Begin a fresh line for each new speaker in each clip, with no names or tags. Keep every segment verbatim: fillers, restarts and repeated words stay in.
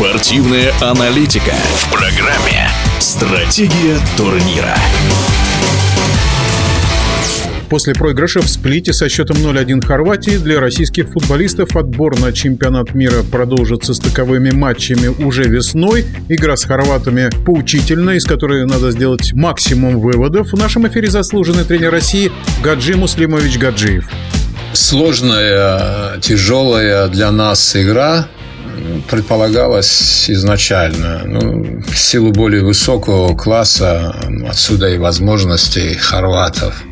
Спортивная аналитика в программе «Стратегия турнира».
После проигрыша в Сплите со счетом ноль один Хорватии для российских футболистов отбор на чемпионат мира продолжится стыковыми матчами уже весной. Игра с хорватами поучительная, из которой надо сделать максимум выводов. В нашем эфире заслуженный тренер России Гаджи Муслимович Гаджиев.
Сложная, тяжелая для нас игра предполагалось изначально. Ну, в силу более высокого класса, отсюда и возможностей хорватов.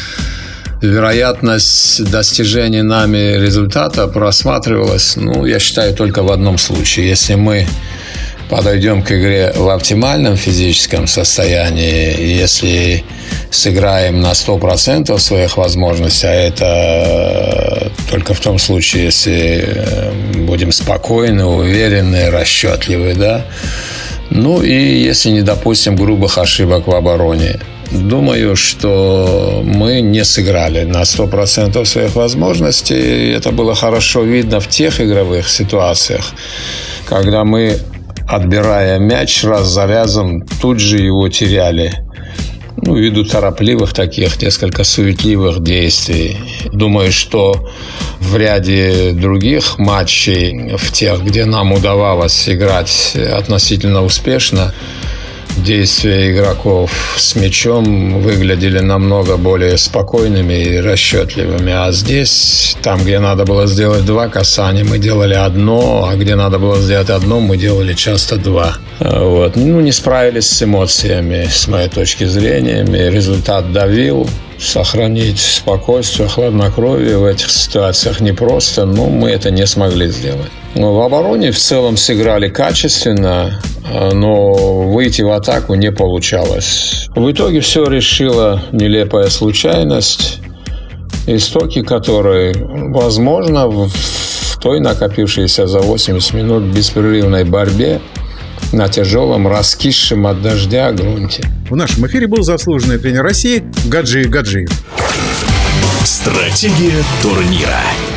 Вероятность достижения нами результата просматривалась, ну, я считаю, только в одном случае. Если мы подойдем к игре в оптимальном физическом состоянии, если сыграем на сто процентов своих возможностей, а это только в том случае, если будем спокойны, уверены, расчетливы, да. Ну и если не допустим грубых ошибок в обороне. Думаю, что мы не сыграли на сто процентов своих возможностей. Это было хорошо видно в тех игровых ситуациях, когда мы, отбирая мяч раз за разом, тут же его теряли. Ну, ввиду торопливых таких, несколько суетливых действий. Думаю, что в ряде других матчей, в тех, где нам удавалось играть относительно успешно, действия игроков с мячом выглядели намного более спокойными и расчетливыми. А здесь, там, где надо было сделать два касания, мы делали одно, а где надо было сделать одно, мы делали часто два. Вот. Ну, не справились с эмоциями, с моей точки зрения. Результат давил. Сохранить спокойствие, хладнокровие в этих ситуациях непросто, но мы это не смогли сделать. В обороне в целом сыграли качественно, но выйти в атаку не получалось. В итоге все решила нелепая случайность, истоки которой, возможно, в той накопившейся за восемьдесят минут беспрерывной борьбе на тяжелом, раскисшем от дождя грунте.
В нашем эфире был заслуженный тренер России Гаджи Гаджиев.
Стратегия турнира.